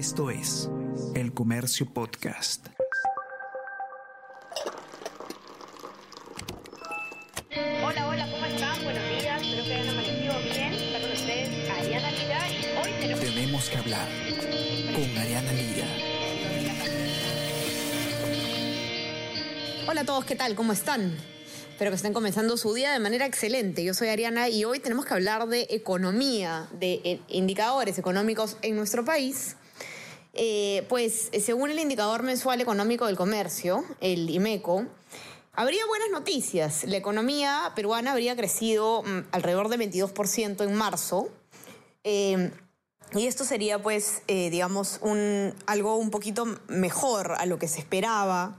Esto es El Comercio Podcast. Hola, hola, ¿cómo están? Buenos días, espero que hayan amanecido bien. Está con ustedes Ariana Lira y hoy Tenemos que hablar con Ariana Lira. Hola a todos, ¿qué tal? ¿Cómo están? Espero que estén comenzando su día de manera excelente. Yo soy Ariana y hoy tenemos que hablar de economía, de indicadores económicos en nuestro país. Según el indicador mensual económico del comercio, el IMECO, habría buenas noticias. La economía peruana habría crecido alrededor de 22% en marzo. Y esto sería, algo un poquito mejor a lo que se esperaba.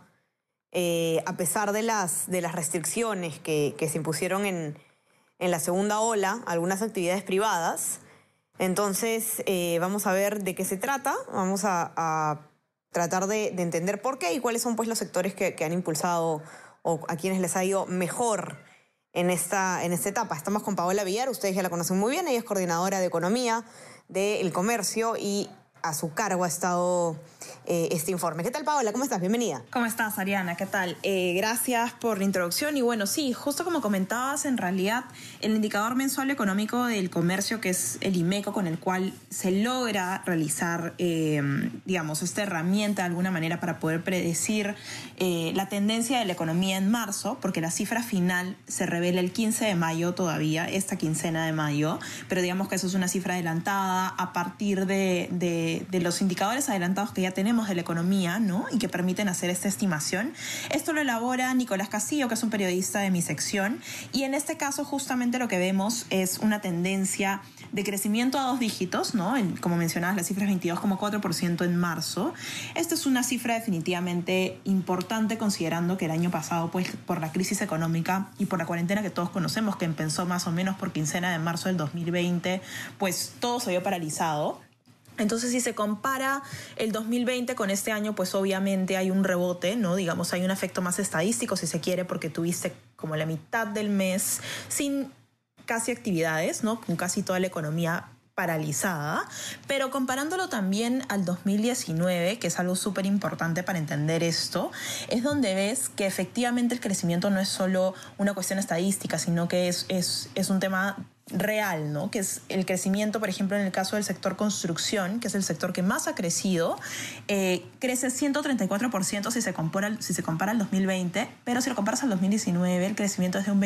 A pesar de las restricciones que se impusieron en la segunda ola, algunas actividades privadas. Entonces, vamos a ver de qué se trata, vamos a tratar de entender por qué y cuáles son pues, los sectores que han impulsado o a quienes les ha ido mejor en esta etapa. Estamos con Paola Villar, ustedes ya la conocen muy bien, ella es coordinadora de Economía del Comercio y a su cargo ha estado este informe. ¿Qué tal, Paola? ¿Cómo estás? Bienvenida. ¿Cómo estás, Ariana? ¿Qué tal? Gracias por la introducción. Y bueno, sí, justo como comentabas, en realidad el indicador mensual económico del comercio, que es el IMECO, con el cual se logra realizar, esta herramienta de alguna manera para poder predecir la tendencia de la economía en marzo, porque la cifra final se revela el 15 de mayo todavía, esta quincena de mayo, pero digamos que eso es una cifra adelantada a partir de los indicadores adelantados que ya tenemos de la economía, ¿no? Y que permiten hacer esta estimación. Esto lo elabora Nicolás Castillo, que es un periodista de mi sección, y en este caso justamente lo que vemos es una tendencia de crecimiento a 2 dígitos, ¿no? Como mencionabas, la cifra es 22,4% en marzo. Esta es una cifra definitivamente importante considerando que el año pasado, pues por la crisis económica y por la cuarentena que todos conocemos, que empezó más o menos por quincena de marzo del 2020, pues todo se vio paralizado. Entonces, si se compara el 2020 con este año, pues obviamente hay un rebote, ¿no? Digamos, hay un efecto más estadístico, si se quiere, porque tuviste como la mitad del mes sin casi actividades, ¿no? Con casi toda la economía paralizada, pero comparándolo también al 2019, que es algo súper importante para entender esto, es donde ves que efectivamente el crecimiento no es solo una cuestión estadística, sino que es un tema real, ¿no? Que es el crecimiento, por ejemplo, en el caso del sector construcción, que es el sector que más ha crecido, crece 134% si se compara al 2020, pero si lo comparas al 2019, el crecimiento es de un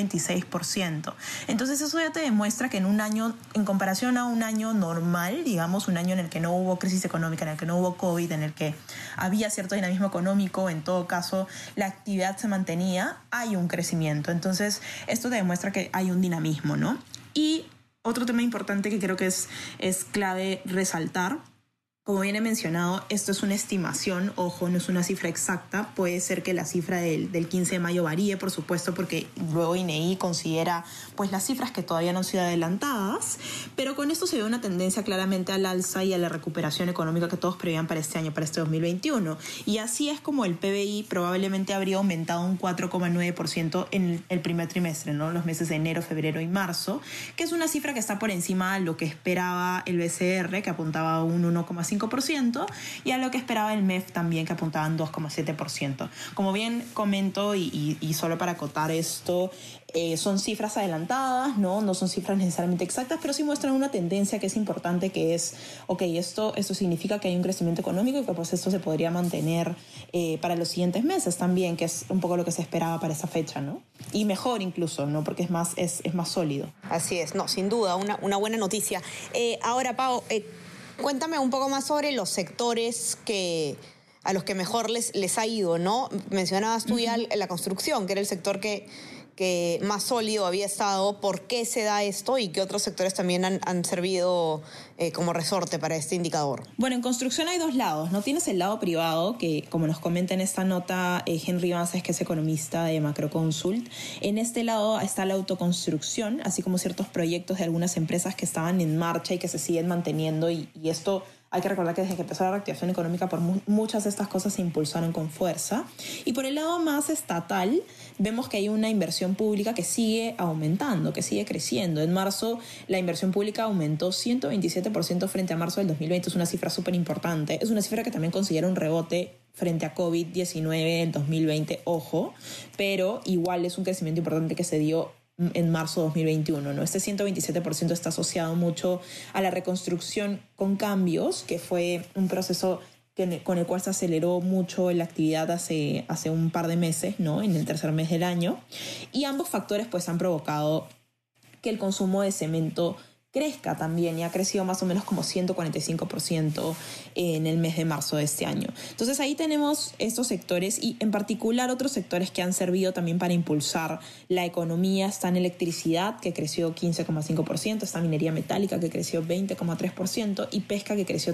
26%. Entonces eso ya te demuestra que en un año, en comparación a un año normal, digamos, un año en el que no hubo crisis económica, en el que no hubo COVID, en el que había cierto dinamismo económico, en todo caso la actividad se mantenía, hay un crecimiento. Entonces esto te demuestra que hay un dinamismo, ¿no? Y otro tema importante que creo que es clave resaltar, como bien he mencionado, esto es una estimación, ojo, no es una cifra exacta, puede ser que la cifra del 15 de mayo varíe, por supuesto, porque luego INEGI considera pues las cifras que todavía no han sido adelantadas, pero con esto se ve una tendencia claramente al alza y a la recuperación económica que todos prevían para este año, para este 2021. Y así es como el PBI probablemente habría aumentado un 4,9% en el primer trimestre, ¿no? Los meses de enero, febrero y marzo, que es una cifra que está por encima de lo que esperaba el BCR, que apuntaba a un 1,5%, y a lo que esperaba el MEF también, que apuntaban 2,7%. Como bien comento, y solo para acotar esto, son cifras adelantadas, no son cifras necesariamente exactas, pero sí muestran una tendencia que es importante, que es, esto significa que hay un crecimiento económico y que pues esto se podría mantener para los siguientes meses también, que es un poco lo que se esperaba para esa fecha, ¿no? Y mejor incluso, ¿no? Porque es más sólido. Así es, no, sin duda, una buena noticia. Ahora, Pau, cuéntame un poco más sobre los sectores a los que mejor les ha ido, ¿no? Mencionabas tú ya la construcción, que era el sector que más sólido había estado. ¿Por qué se da esto y qué otros sectores también han servido como resorte para este indicador? Bueno, en construcción hay 2 lados, ¿no? Tienes el lado privado, que como nos comenta en esta nota Henry Vances, que es economista de Macroconsult. En este lado está la autoconstrucción, así como ciertos proyectos de algunas empresas que estaban en marcha y que se siguen manteniendo, y esto Hay que recordar que desde que empezó la reactivación económica, por muchas de estas cosas se impulsaron con fuerza. Y por el lado más estatal, vemos que hay una inversión pública que sigue aumentando, que sigue creciendo. En marzo, la inversión pública aumentó 127% frente a marzo del 2020. Es una cifra súper importante. Es una cifra que también considera un rebote frente a COVID-19 en 2020, ojo, pero igual es un crecimiento importante que se dio en marzo de 2021, ¿no? Este 127% está asociado mucho a la reconstrucción con cambios, que fue un proceso con el cual se aceleró mucho la actividad hace un par de meses, ¿no? En el tercer mes del año. Y ambos factores pues han provocado que el consumo de cemento crezca también, y ha crecido más o menos como 145% en el mes de marzo de este año. Entonces ahí tenemos estos sectores, y en particular otros sectores que han servido también para impulsar la economía. Está en electricidad, que creció 15,5%, está minería metálica, que creció 20,3%, y pesca, que creció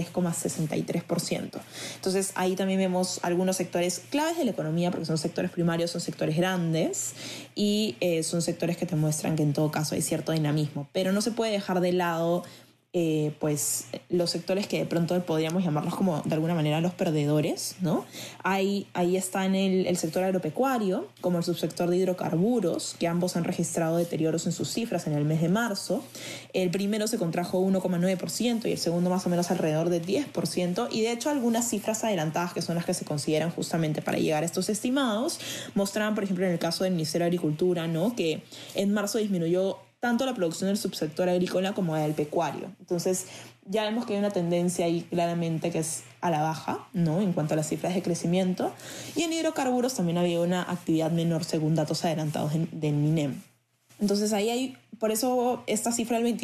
33,63%. Entonces ahí también vemos algunos sectores claves de la economía, porque son sectores primarios, son sectores grandes, y son sectores que te muestran que en todo caso hay cierto dinamismo, pero no se puede dejar de lado pues los sectores que de pronto podríamos llamarlos como de alguna manera los perdedores, ¿no? Ahí están el sector agropecuario, como el subsector de hidrocarburos, que ambos han registrado deterioros en sus cifras en el mes de marzo. El primero se contrajo 1,9% y el segundo más o menos alrededor de 10%, y de hecho algunas cifras adelantadas, que son las que se consideran justamente para llegar a estos estimados, mostraban, por ejemplo, en el caso del Ministerio de Agricultura, ¿no?, que en marzo disminuyó tanto la producción del subsector agrícola como del pecuario. Entonces ya vemos que hay una tendencia ahí claramente que es a la baja, ¿no?, en cuanto a las cifras de crecimiento. Y en hidrocarburos también había una actividad menor según datos adelantados del MINEM. Entonces ahí hay, por eso esta cifra del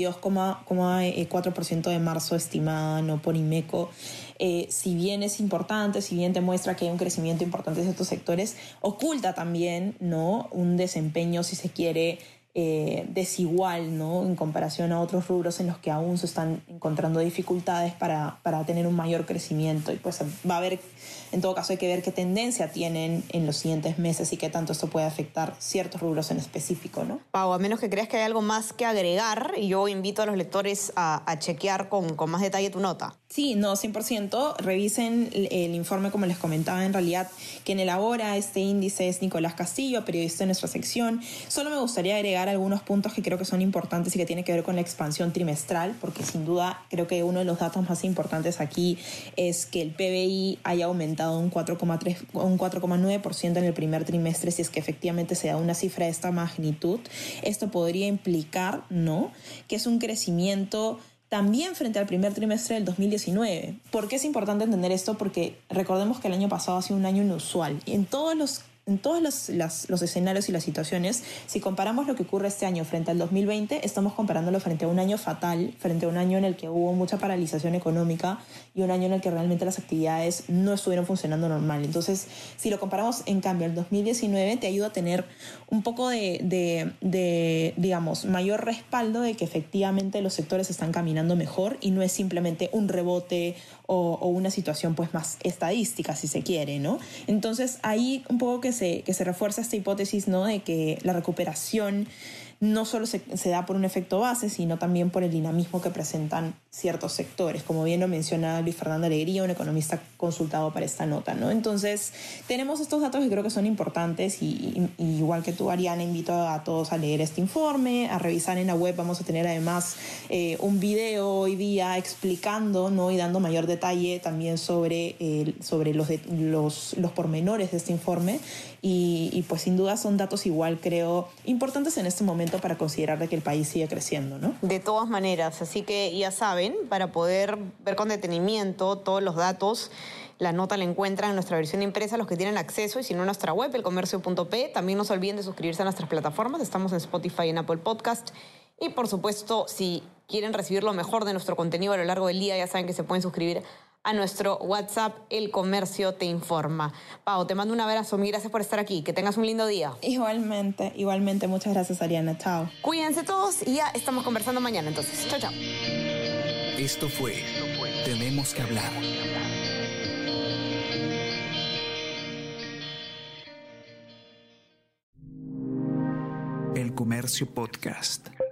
22,4% de marzo estimada, ¿no?, por IMECO, si bien es importante, si bien te muestra que hay un crecimiento importante de estos sectores, oculta también, ¿no?, un desempeño, si se quiere, desigual, ¿no?, en comparación a otros rubros en los que aún se están encontrando dificultades para tener un mayor crecimiento. Y pues va a haber, en todo caso hay que ver qué tendencia tienen en los siguientes meses y qué tanto esto puede afectar ciertos rubros en específico, ¿no? Pau, a menos que creas que hay algo más que agregar, yo invito a los lectores a chequear con más detalle tu nota. Sí, no, 100%. Revisen el informe, como les comentaba. En realidad, quien elabora este índice es Nicolás Castillo, periodista de nuestra sección. Solo me gustaría agregar algunos puntos que creo que son importantes y que tienen que ver con la expansión trimestral, porque sin duda creo que uno de los datos más importantes aquí es que el PBI haya aumentado un 4,9% en el primer trimestre. Si es que efectivamente se da una cifra de esta magnitud, esto podría implicar, ¿no?, que es un crecimiento también frente al primer trimestre del 2019. ¿Por qué es importante entender esto? Porque recordemos que el año pasado ha sido un año inusual. Y en todos los escenarios y las situaciones, si comparamos lo que ocurre este año frente al 2020, estamos comparándolo frente a un año fatal, frente a un año en el que hubo mucha paralización económica y un año en el que realmente las actividades no estuvieron funcionando normal. Entonces, si lo comparamos en cambio al 2019, te ayuda a tener un poco de digamos, mayor respaldo de que efectivamente los sectores están caminando mejor y no es simplemente un rebote o una situación pues más estadística, si se quiere, ¿no? Entonces ahí un poco que se refuerza esta hipótesis, ¿no?, de que la recuperación no solo se da por un efecto base, sino también por el dinamismo que presentan ciertos sectores, como bien lo menciona Luis Fernando Alegría, un economista consultado para esta nota, ¿no? Entonces, tenemos estos datos que creo que son importantes y igual que tú, Ariana, invito a todos a leer este informe, a revisar en la web. Vamos a tener además un video hoy día explicando, ¿no?, y dando mayor detalle también sobre los pormenores de este informe y pues sin duda son datos igual, creo, importantes en este momento para considerar de que el país sigue creciendo, ¿no? De todas maneras, así que ya saben, para poder ver con detenimiento todos los datos, la nota la encuentran en nuestra versión impresa, los que tienen acceso, y si no en nuestra web, elcomercio.p. También no se olviden de suscribirse a nuestras plataformas, estamos en Spotify y en Apple Podcast. Y por supuesto, si quieren recibir lo mejor de nuestro contenido a lo largo del día, ya saben que se pueden suscribir a nuestro WhatsApp, El Comercio Te Informa. Pau, te mando un abrazo, mil gracias por estar aquí, que tengas un lindo día. Igualmente, muchas gracias, Ariana, chao. Cuídense todos y ya estamos conversando mañana entonces. Chao, chao. Esto fue Tenemos que hablar. El Comercio Podcast.